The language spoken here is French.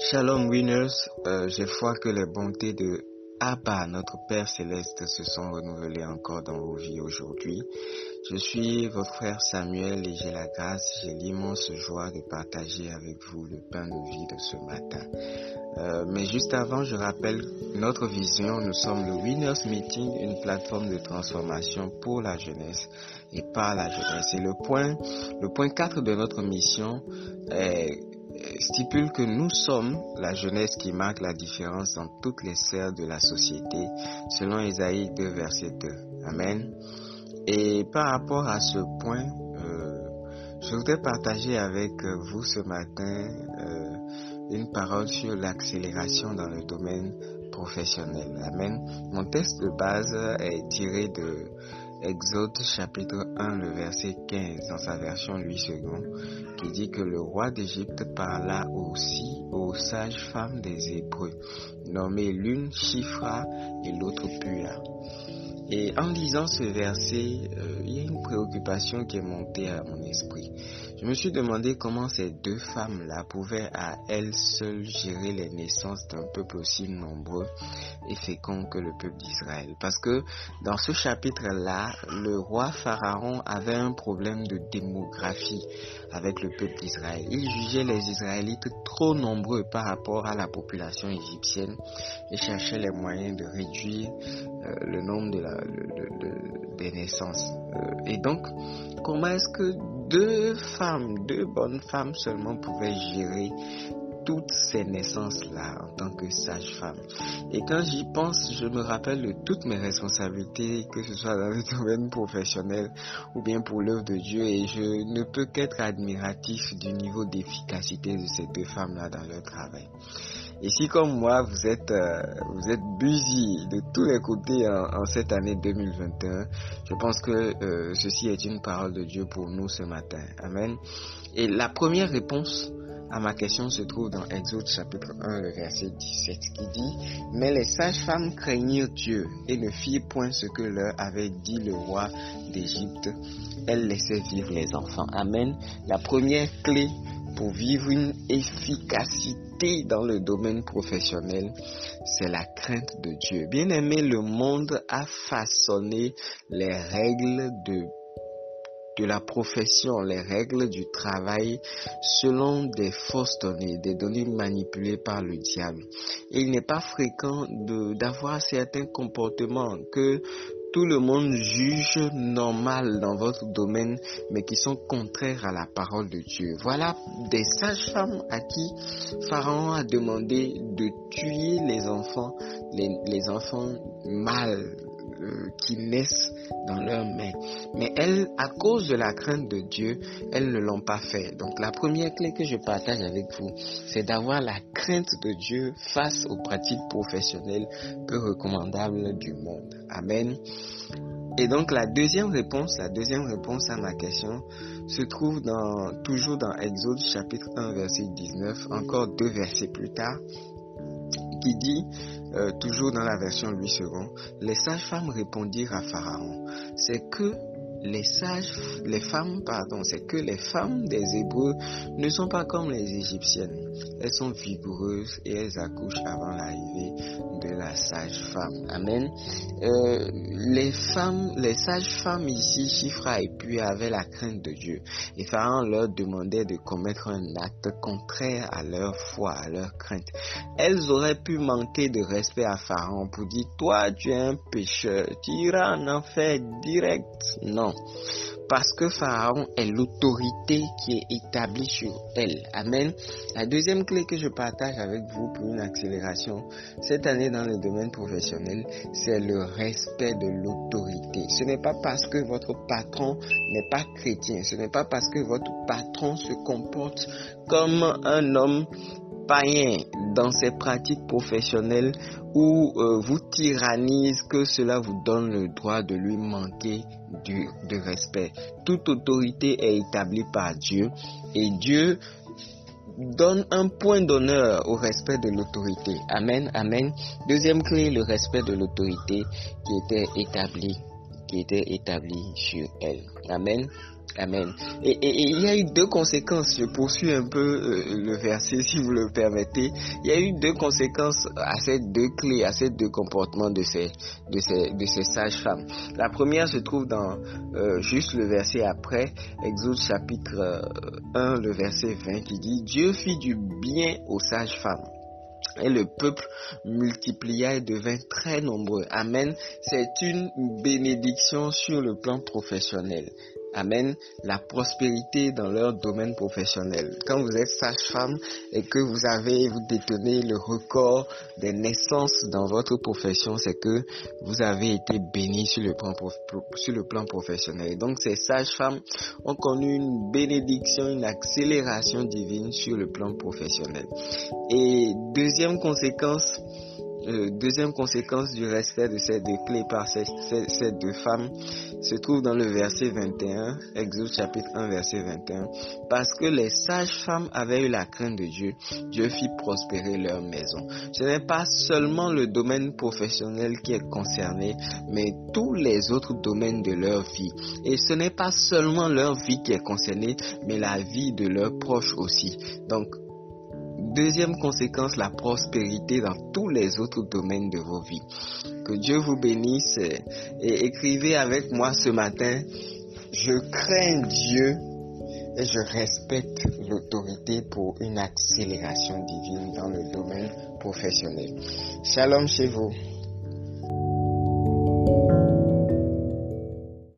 Shalom winners, j'ai foi que les bontés de Abba, notre Père Céleste, se sont renouvelées encore dans vos vies aujourd'hui. Je suis votre frère Samuel et j'ai la grâce, j'ai l'immense joie de partager avec vous le pain de vie de ce matin. Mais juste avant, je rappelle notre vision. Nous sommes le Winners Meeting, une plateforme de transformation pour la jeunesse et par la jeunesse. Et le point 4 de notre mission stipule que nous sommes la jeunesse qui marque la différence dans toutes les sphères de la société, selon Ésaïe 2, verset 2. Amen. Et par rapport à ce point, je voudrais partager avec vous ce matin une parole sur l'accélération dans le domaine professionnel. Amen. Mon texte de base est tiré de Exode chapitre 1, le verset 15, dans sa version Louis II, qui dit que le roi d'Égypte parla aussi aux sages-femmes des Hébreux, nommées l'une Shifra et l'autre Pua. Et en lisant ce verset, il y a une préoccupation qui est montée à mon esprit. Je me suis demandé comment ces deux femmes-là pouvaient à elles seules gérer les naissances d'un peuple aussi nombreux et fécond que le peuple d'Israël. Parce que dans ce chapitre-là, le roi Pharaon avait un problème de démographie avec le peuple d'Israël. Il jugeait les Israélites trop nombreux par rapport à la population égyptienne et cherchait les moyens de réduire le nombre des naissances. Et donc, comment est-ce que deux bonnes femmes seulement pouvaient gérer toutes ces naissances-là en tant que sage-femme? Et quand j'y pense, je me rappelle de toutes mes responsabilités, que ce soit dans le domaine professionnel ou bien pour l'œuvre de Dieu, et je ne peux qu'être admiratif du niveau d'efficacité de ces deux femmes-là dans leur travail. Et si comme moi, vous êtes busy de tous les côtés en cette année 2021, je pense que ceci est une parole de Dieu pour nous ce matin. Amen. Et la première réponse à ma question se trouve dans Exode chapitre 1, le verset 17, qui dit « Mais les sages-femmes craignirent Dieu et ne firent point ce que leur avait dit le roi d'Égypte. Elles laissaient vivre les enfants. » Amen. La première clé pour vivre une efficacité dans le domaine professionnel, c'est la crainte de Dieu. Bien aimé, le monde a façonné les règles de la profession, les règles du travail selon des fausses données, des données manipulées par le diable. Et il n'est pas fréquent d'avoir certains comportements que tout le monde juge normal dans votre domaine, mais qui sont contraires à la parole de Dieu. Voilà des sages-femmes à qui Pharaon a demandé de tuer les enfants mâles qui naissent dans leurs mains. Mais elles, à cause de la crainte de Dieu, elles ne l'ont pas fait. Donc la première clé que je partage avec vous, c'est d'avoir la crainte de Dieu face aux pratiques professionnelles peu recommandables du monde. Amen. Et donc la deuxième réponse à ma question se trouve toujours dans Exode chapitre 1 verset 19, encore 2 versets plus tard, qui dit, toujours dans la version Louis II, les sages-femmes répondirent à Pharaon, c'est que les femmes des Hébreux ne sont pas comme les Égyptiennes. Elles sont vigoureuses et elles accouchent avant l'arrivée de la sage-femme. Amen. Les sages-femmes ici, Shifra et Pua, avaient la crainte de Dieu. Et Pharaon leur demandait de commettre un acte contraire à leur foi, à leur crainte. Elles auraient pu manquer de respect à Pharaon pour dire, toi tu es un pécheur, tu iras en enfer direct. Non. Parce que Pharaon est l'autorité qui est établie sur elle. Amen. La deuxième clé que je partage avec vous pour une accélération cette année dans le domaine professionnel, c'est le respect de l'autorité. Ce n'est pas parce que votre patron n'est pas chrétien, ce n'est pas parce que votre patron se comporte comme un homme païen dans ses pratiques professionnelles ou vous tyrannise que cela vous donne le droit de lui manquer de respect. Toute autorité est établie par Dieu et Dieu donne un point d'honneur au respect de l'autorité. Amen, amen. Deuxième clé, le respect de l'autorité qui était établie qui était établi sur elle. Amen. Amen. Et il y a eu deux conséquences. Je poursuis un peu le verset, si vous le permettez. Il y a eu deux conséquences à ces deux clés, à ces deux comportements de ces sages-femmes. La première se trouve dans juste le verset après, Exode chapitre 1, le verset 20, qui dit: Dieu fit du bien aux sages-femmes, et le peuple multiplia et devint très nombreux. Amen. C'est une bénédiction sur le plan professionnel. Amen. La prospérité dans leur domaine professionnel. Quand vous êtes sage-femme et que vous détenez le record des naissances dans votre profession, c'est que vous avez été béni sur le plan professionnel. Donc ces sages-femmes ont connu une bénédiction, une accélération divine sur le plan professionnel. Et deuxième conséquence du respect de ces deux clés par ces deux femmes se trouve dans le verset 21, Exode chapitre 1, verset 21. Parce que les sages-femmes avaient eu la crainte de Dieu, Dieu fit prospérer leur maison. Ce n'est pas seulement le domaine professionnel qui est concerné, mais tous les autres domaines de leur vie. Et ce n'est pas seulement leur vie qui est concernée, mais la vie de leurs proches aussi. Donc, deuxième conséquence, la prospérité dans tous les autres domaines de vos vies. Que Dieu vous bénisse et écrivez avec moi ce matin: je crains Dieu et je respecte l'autorité pour une accélération divine dans le domaine professionnel. Shalom chez vous.